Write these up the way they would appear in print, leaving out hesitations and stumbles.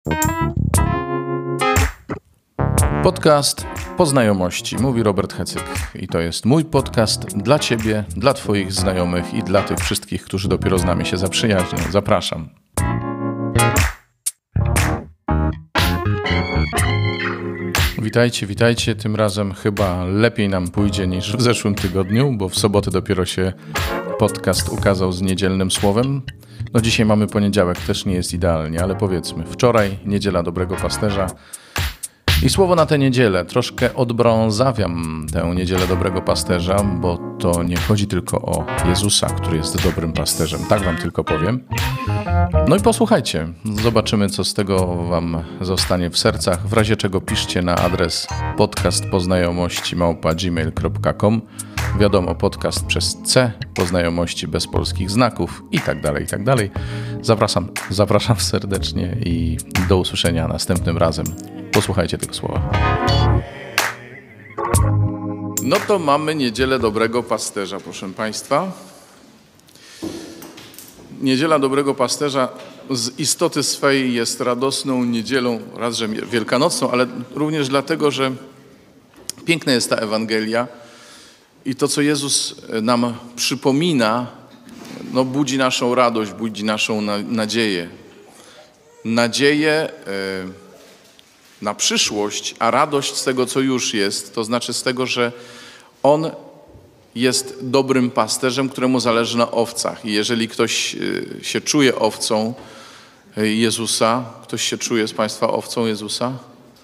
Podcast Po znajomości, mówi Robert Hecyk. I to jest mój podcast dla Ciebie, dla Twoich znajomych i dla tych wszystkich, którzy dopiero z nami się zaprzyjaźnią. Zapraszam. Witajcie. Tym razem chyba lepiej nam pójdzie niż w zeszłym tygodniu, bo w sobotę dopiero się podcast ukazał z niedzielnym słowem. No dzisiaj mamy poniedziałek, też nie jest idealnie, ale powiedzmy, wczoraj niedziela Dobrego Pasterza. I słowo na tę niedzielę. Troszkę odbrązawiam tę niedzielę Dobrego Pasterza, bo to nie chodzi tylko o Jezusa, który jest dobrym pasterzem. Tak wam tylko powiem. No i posłuchajcie. Zobaczymy, co z tego wam zostanie w sercach. W razie czego piszcie na adres podcastpoznajomości@gmail.com. Wiadomo, podcast przez C, poznajomości bez polskich znaków i tak dalej. Zapraszam serdecznie i do usłyszenia następnym razem. Posłuchajcie tego słowa. No to mamy niedzielę Dobrego Pasterza, proszę Państwa. Niedziela Dobrego Pasterza z istoty swej jest radosną niedzielą, raz, że wielkanocną, ale również dlatego, że piękna jest ta Ewangelia i to, co Jezus nam przypomina, no budzi naszą radość, budzi naszą nadzieję. Nadzieję na przyszłość, a radość z tego, co już jest, to znaczy z tego, że On jest dobrym pasterzem, któremu zależy na owcach. I jeżeli ktoś się czuje owcą Jezusa, ktoś się czuje z Państwa owcą Jezusa?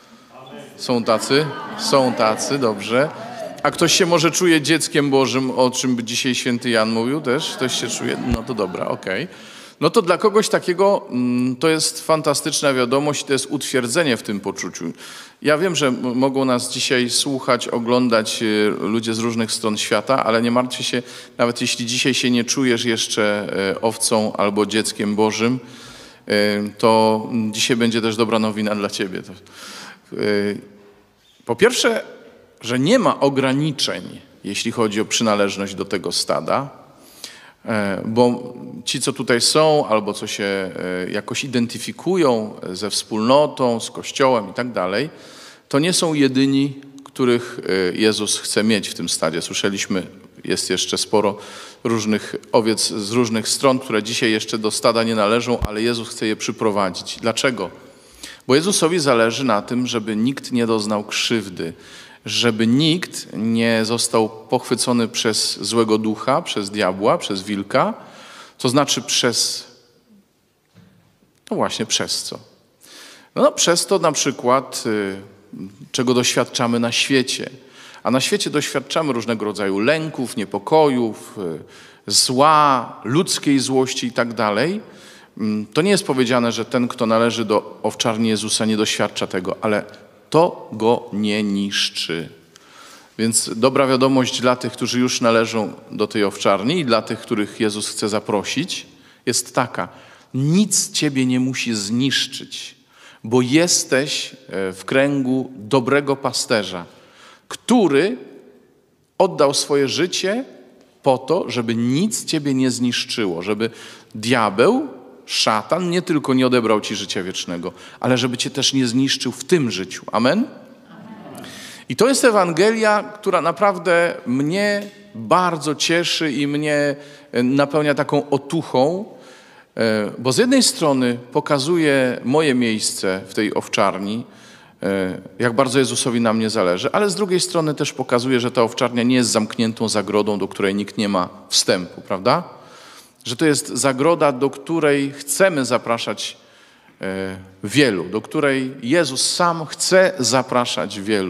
Są tacy, dobrze. A ktoś się może czuje dzieckiem Bożym, o czym dzisiaj święty Jan mówił też? Ktoś się czuje? No to dobra, okej. No to dla kogoś takiego to jest fantastyczna wiadomość, to jest utwierdzenie w tym poczuciu. Ja wiem, że mogą nas dzisiaj słuchać, oglądać ludzie z różnych stron świata, ale nie martwcie się, nawet jeśli dzisiaj się nie czujesz jeszcze owcą albo dzieckiem Bożym, to dzisiaj będzie też dobra nowina dla ciebie. Po pierwsze, że nie ma ograniczeń, jeśli chodzi o przynależność do tego stada, bo ci, co tutaj są, albo co się jakoś identyfikują ze wspólnotą, z Kościołem i tak dalej, to nie są jedyni, których Jezus chce mieć w tym stadzie. Słyszeliśmy, jest jeszcze sporo różnych owiec z różnych stron, które dzisiaj jeszcze do stada nie należą, ale Jezus chce je przyprowadzić. Dlaczego? Bo Jezusowi zależy na tym, żeby nikt nie doznał krzywdy, żeby nikt nie został pochwycony przez złego ducha, przez diabła, przez wilka, to znaczy przez co? No przez to na przykład, czego doświadczamy na świecie. A na świecie doświadczamy różnego rodzaju lęków, niepokojów, zła, ludzkiej złości i tak dalej. To nie jest powiedziane, że ten, kto należy do owczarni Jezusa, nie doświadcza tego, ale to go nie niszczy. Więc dobra wiadomość dla tych, którzy już należą do tej owczarni i dla tych, których Jezus chce zaprosić, jest taka. Nic ciebie nie musi zniszczyć, bo jesteś w kręgu dobrego pasterza, który oddał swoje życie po to, żeby nic ciebie nie zniszczyło, żeby diabeł, szatan nie tylko nie odebrał ci życia wiecznego, ale żeby cię też nie zniszczył w tym życiu. Amen? I to jest Ewangelia, która naprawdę mnie bardzo cieszy i mnie napełnia taką otuchą, bo z jednej strony pokazuje moje miejsce w tej owczarni, jak bardzo Jezusowi na mnie zależy, ale z drugiej strony też pokazuje, że ta owczarnia nie jest zamkniętą zagrodą, do której nikt nie ma wstępu, prawda? Że to jest zagroda, do której chcemy zapraszać wielu, do której Jezus sam chce zapraszać wielu.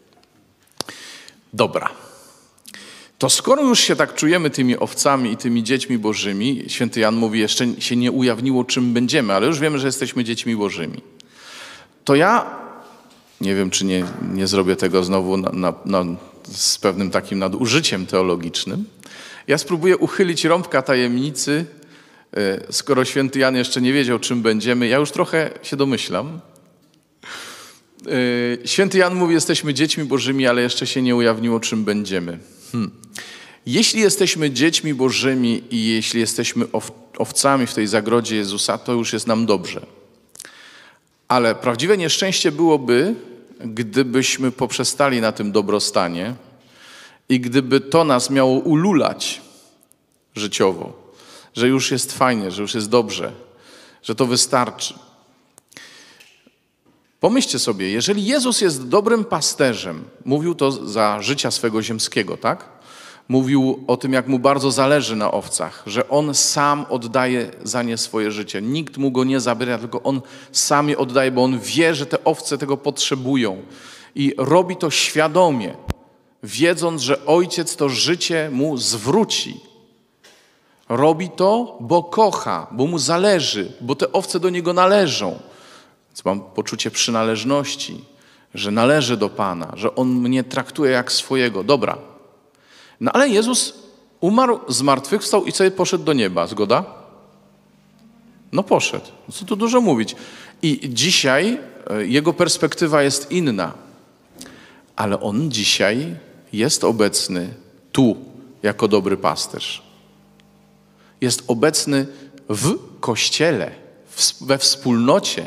Dobra. To skoro już się tak czujemy tymi owcami i tymi dziećmi bożymi, święty Jan mówi, jeszcze się nie ujawniło, czym będziemy, ale już wiemy, że jesteśmy dziećmi bożymi. To ja, nie wiem, czy nie zrobię tego znowu z pewnym takim nadużyciem teologicznym, ja spróbuję uchylić rąbka tajemnicy, skoro święty Jan jeszcze nie wiedział, czym będziemy. Ja już trochę się domyślam. Święty Jan mówi, jesteśmy dziećmi bożymi, ale jeszcze się nie ujawniło, czym będziemy. Jeśli jesteśmy dziećmi bożymi i jeśli jesteśmy owcami w tej zagrodzie Jezusa, to już jest nam dobrze. Ale prawdziwe nieszczęście byłoby, gdybyśmy poprzestali na tym dobrostanie i gdyby to nas miało ululać życiowo, że już jest fajnie, że już jest dobrze, że to wystarczy. Pomyślcie sobie, jeżeli Jezus jest dobrym pasterzem, mówił to za życia swego ziemskiego, tak? Mówił o tym, jak mu bardzo zależy na owcach, że on sam oddaje za nie swoje życie. Nikt mu go nie zabiera, tylko on sam je oddaje, bo on wie, że te owce tego potrzebują. I robi to świadomie, wiedząc, że Ojciec to życie mu zwróci. Robi to, bo kocha, bo mu zależy, bo te owce do niego należą. Więc mam poczucie przynależności, że należy do Pana, że On mnie traktuje jak swojego. Dobra. No ale Jezus umarł, zmartwychwstał i sobie poszedł do nieba. Zgoda? No poszedł. Co tu dużo mówić. I dzisiaj Jego perspektywa jest inna. Ale On dzisiaj jest obecny tu, jako dobry pasterz. Jest obecny w Kościele, we wspólnocie.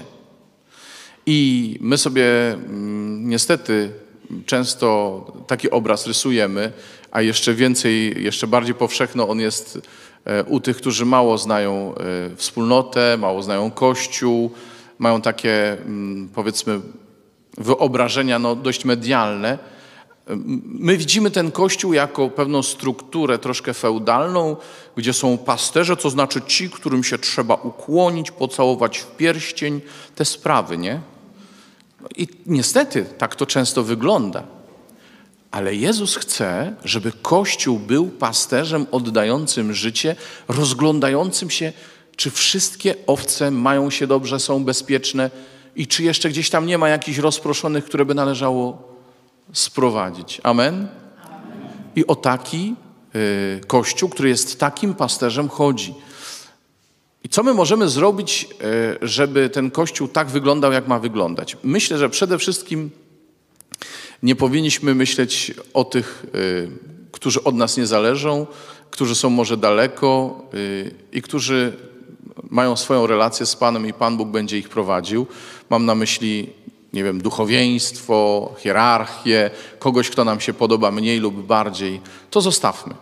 I my sobie niestety często taki obraz rysujemy, a jeszcze więcej, jeszcze bardziej powszechno on jest u tych, którzy mało znają wspólnotę, mało znają Kościół, mają takie, powiedzmy, wyobrażenia dość medialne. My widzimy ten Kościół jako pewną strukturę troszkę feudalną, gdzie są pasterze, to znaczy ci, którym się trzeba ukłonić, pocałować w pierścień, te sprawy, nie? I niestety tak to często wygląda. Ale Jezus chce, żeby Kościół był pasterzem oddającym życie, rozglądającym się, czy wszystkie owce mają się dobrze, są bezpieczne i czy jeszcze gdzieś tam nie ma jakichś rozproszonych, które by należało sprowadzić. Amen? Amen. I o taki Kościół, który jest takim pasterzem, chodzi. I co my możemy zrobić, żeby ten Kościół tak wyglądał, jak ma wyglądać? Myślę, że przede wszystkim nie powinniśmy myśleć o tych, którzy od nas nie zależą, którzy są może daleko i którzy mają swoją relację z Panem i Pan Bóg będzie ich prowadził. Mam na myśli, nie wiem, duchowieństwo, hierarchię, kogoś, kto nam się podoba mniej lub bardziej. To zostawmy.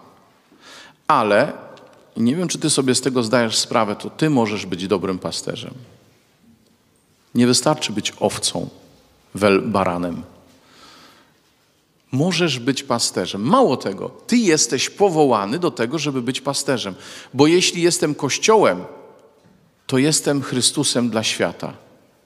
Ale nie wiem, czy ty sobie z tego zdajesz sprawę, to ty możesz być dobrym pasterzem. Nie wystarczy być owcą, baranem. Możesz być pasterzem. Mało tego, ty jesteś powołany do tego, żeby być pasterzem. Bo jeśli jestem Kościołem, to jestem Chrystusem dla świata.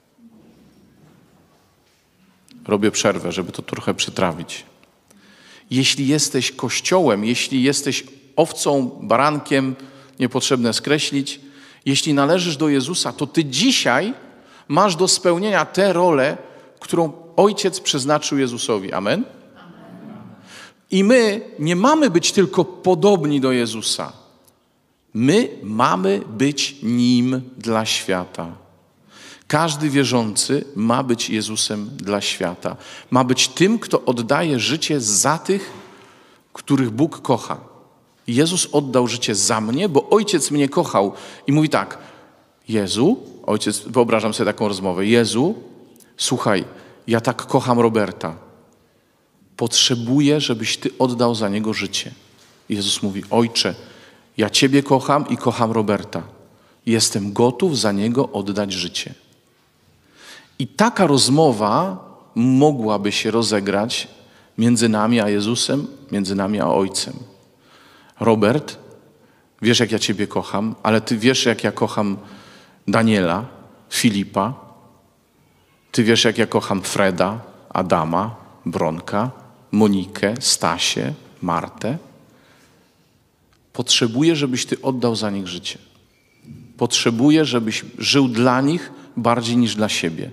Robię przerwę, żeby to trochę przytrawić. Jeśli jesteś Kościołem, jeśli jesteś owcą, barankiem, niepotrzebne skreślić, jeśli należysz do Jezusa, to ty dzisiaj masz do spełnienia tę rolę, którą Ojciec przeznaczył Jezusowi. Amen? I my nie mamy być tylko podobni do Jezusa. My mamy być Nim dla świata. Każdy wierzący ma być Jezusem dla świata. Ma być tym, kto oddaje życie za tych, których Bóg kocha. Jezus oddał życie za mnie, bo Ojciec mnie kochał. I mówi tak, Jezu, Ojciec, wyobrażam sobie taką rozmowę, Jezu, słuchaj, ja tak kocham Roberta. Potrzebuję, żebyś Ty oddał za niego życie. Jezus mówi, Ojcze, ja Ciebie kocham i kocham Roberta. Jestem gotów za niego oddać życie. I taka rozmowa mogłaby się rozegrać między nami a Jezusem, między nami a Ojcem. Robert, wiesz, jak ja Ciebie kocham, ale Ty wiesz, jak ja kocham Daniela, Filipa. Ty wiesz, jak ja kocham Freda, Adama, Bronka, Monikę, Stasię, Martę. Potrzebuję, żebyś Ty oddał za nich życie. Potrzebuję, żebyś żył dla nich bardziej niż dla siebie.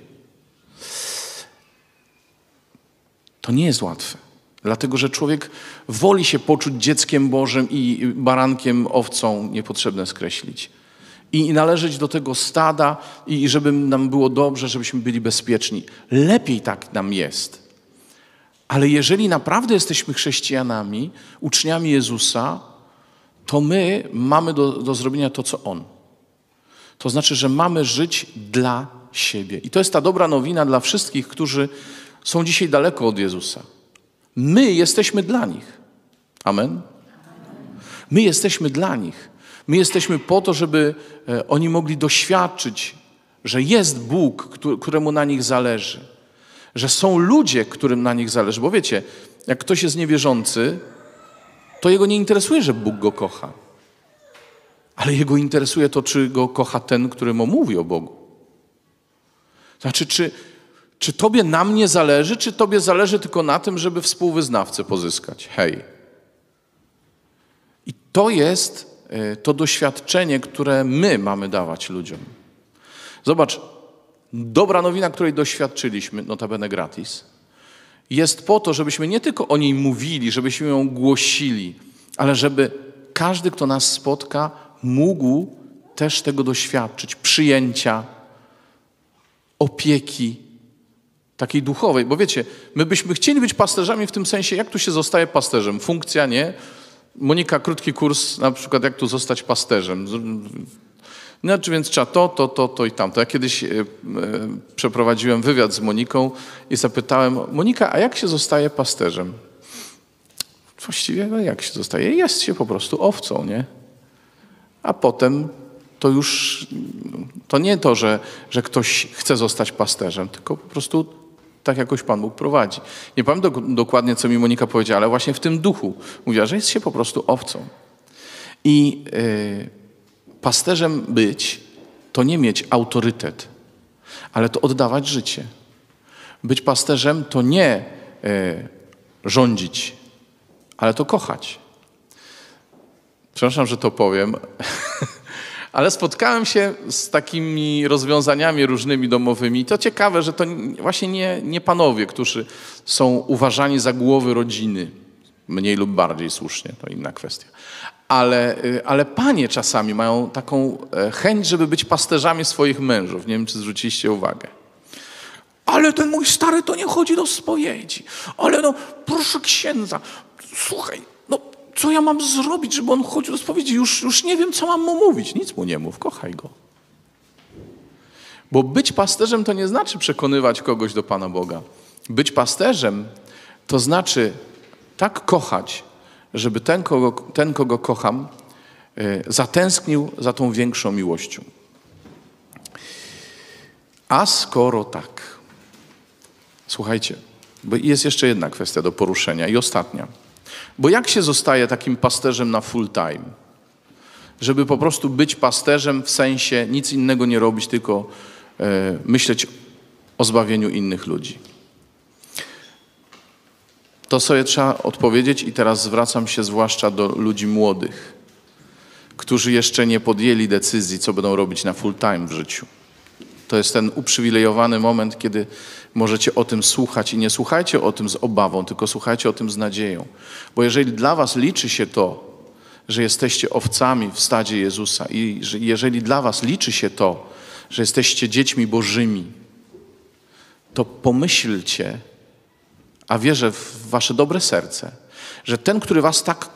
To nie jest łatwe. Dlatego, że człowiek woli się poczuć dzieckiem Bożym i barankiem, owcą niepotrzebne skreślić. I należeć do tego stada i żeby nam było dobrze, żebyśmy byli bezpieczni. Lepiej tak nam jest. Ale jeżeli naprawdę jesteśmy chrześcijanami, uczniami Jezusa, to my mamy do zrobienia to, co On. To znaczy, że mamy żyć dla siebie. I to jest ta dobra nowina dla wszystkich, którzy są dzisiaj daleko od Jezusa. My jesteśmy dla nich. Amen? My jesteśmy dla nich. My jesteśmy po to, żeby oni mogli doświadczyć, że jest Bóg, któremu na nich zależy. Że są ludzie, którym na nich zależy. Bo wiecie, jak ktoś jest niewierzący, to jego nie interesuje, że Bóg go kocha. Ale jego interesuje to, czy go kocha ten, który mu mówi o Bogu. Znaczy, czy tobie na mnie zależy, czy tobie zależy tylko na tym, żeby współwyznawcę pozyskać? Hej. I to jest to doświadczenie, które my mamy dawać ludziom. Zobacz, dobra nowina, której doświadczyliśmy, notabene gratis, jest po to, żebyśmy nie tylko o niej mówili, żebyśmy ją głosili, ale żeby każdy, kto nas spotka, mógł też tego doświadczyć, przyjęcia, opieki takiej duchowej. Bo wiecie, my byśmy chcieli być pasterzami w tym sensie, jak tu się zostaje pasterzem. Funkcja, nie? Monika, krótki kurs, na przykład jak tu zostać pasterzem. Znaczy, więc trzeba to i tamto. Ja kiedyś przeprowadziłem wywiad z Moniką i zapytałem, Monika, a jak się zostaje pasterzem? Właściwie, no jak się zostaje? Jest się po prostu owcą, nie? A potem to już, to nie to, że ktoś chce zostać pasterzem, tylko po prostu tak jakoś Pan Bóg prowadzi. Nie pamiętam dokładnie, co mi Monika powiedziała, ale właśnie w tym duchu mówiła, że jest się po prostu owcą. I pasterzem być to nie mieć autorytet, ale to oddawać życie. Być pasterzem to nie rządzić, ale to kochać. Przepraszam, że to powiem, ale spotkałem się z takimi rozwiązaniami różnymi domowymi. To ciekawe, że to właśnie nie panowie, którzy są uważani za głowy rodziny, mniej lub bardziej słusznie, to inna kwestia. Ale panie czasami mają taką chęć, żeby być pasterzami swoich mężów. Nie wiem, czy zwróciliście uwagę. Ale ten mój stary to nie chodzi do spowiedzi. Ale no, proszę księdza, słuchaj, no co ja mam zrobić, żeby on chodził do spowiedzi? Już nie wiem, co mam mu mówić. Nic mu nie mów, kochaj go. Bo być pasterzem to nie znaczy przekonywać kogoś do Pana Boga. Być pasterzem to znaczy tak kochać, żeby ten, kogo kocham, zatęsknił za tą większą miłością. A skoro tak, słuchajcie, bo jest jeszcze jedna kwestia do poruszenia i ostatnia. Bo jak się zostaje takim pasterzem na full time? Żeby po prostu być pasterzem w sensie nic innego nie robić, tylko myśleć o zbawieniu innych ludzi. To sobie trzeba odpowiedzieć i teraz zwracam się zwłaszcza do ludzi młodych, którzy jeszcze nie podjęli decyzji, co będą robić na full time w życiu. To jest ten uprzywilejowany moment, kiedy możecie o tym słuchać i nie słuchajcie o tym z obawą, tylko słuchajcie o tym z nadzieją. Bo jeżeli dla was liczy się to, że jesteście owcami w stadzie Jezusa i jeżeli dla was liczy się to, że jesteście dziećmi Bożymi, to pomyślcie, a wierzę w wasze dobre serce, że ten, który was tak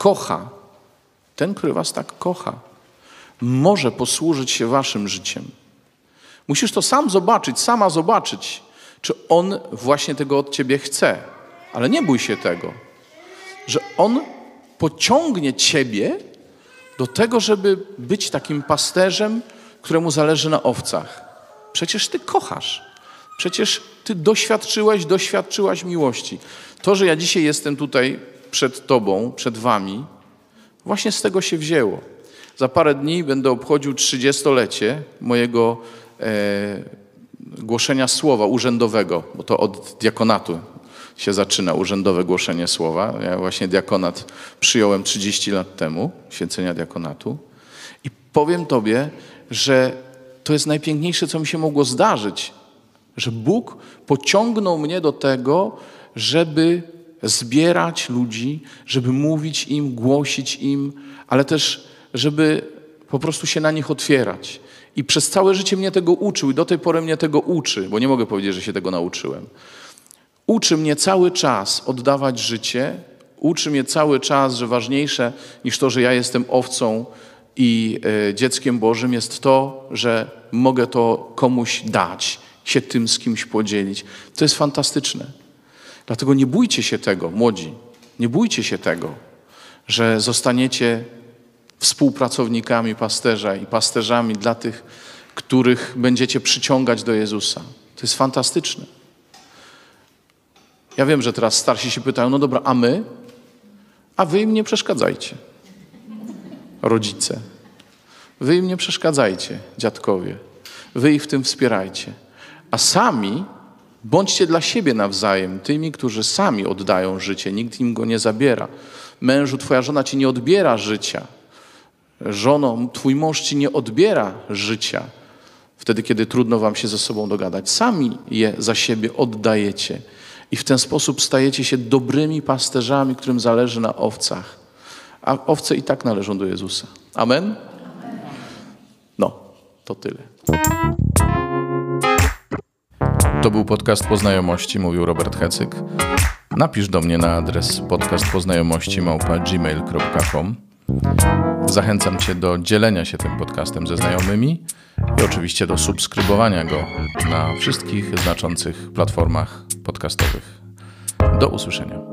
kocha, może posłużyć się waszym życiem. Musisz to sam zobaczyć, sama zobaczyć, czy on właśnie tego od ciebie chce. Ale nie bój się tego, że on pociągnie ciebie do tego, żeby być takim pasterzem, któremu zależy na owcach. Przecież ty kochasz. Przecież ty doświadczyłaś miłości. To, że ja dzisiaj jestem tutaj przed tobą, przed wami, właśnie z tego się wzięło. Za parę dni będę obchodził 30-lecie mojego głoszenia słowa urzędowego, bo to od diakonatu się zaczyna urzędowe głoszenie słowa. Ja właśnie diakonat przyjąłem 30 lat temu, święcenia diakonatu. I powiem tobie, że to jest najpiękniejsze, co mi się mogło zdarzyć, że Bóg pociągnął mnie do tego, żeby zbierać ludzi, żeby mówić im, głosić im, ale też, żeby po prostu się na nich otwierać. I przez całe życie mnie tego uczył i do tej pory mnie tego uczy, bo nie mogę powiedzieć, że się tego nauczyłem. Uczy mnie cały czas oddawać życie, uczy mnie cały czas, że ważniejsze niż to, że ja jestem owcą i dzieckiem Bożym jest to, że mogę to komuś dać się tym z kimś podzielić. To jest fantastyczne. Dlatego nie bójcie się tego, młodzi. Nie bójcie się tego, że zostaniecie współpracownikami pasterza i pasterzami dla tych, których będziecie przyciągać do Jezusa. To jest fantastyczne. Ja wiem, że teraz starsi się pytają, no dobra, a my? A wy im nie przeszkadzajcie. Rodzice. Wy im nie przeszkadzajcie, dziadkowie. Wy ich w tym wspierajcie. A sami bądźcie dla siebie nawzajem tymi, którzy sami oddają życie. Nikt im go nie zabiera. Mężu, twoja żona ci nie odbiera życia. Żono, twój mąż ci nie odbiera życia. Wtedy, kiedy trudno wam się ze sobą dogadać. Sami je za siebie oddajecie. I w ten sposób stajecie się dobrymi pasterzami, którym zależy na owcach. A owce i tak należą do Jezusa. Amen? No, to tyle. To był podcast Po Znajomości, mówił Robert Hecyk. Napisz do mnie na adres podcastpoznajomości@gmail.com. Zachęcam cię do dzielenia się tym podcastem ze znajomymi i oczywiście do subskrybowania go na wszystkich znaczących platformach podcastowych. Do usłyszenia.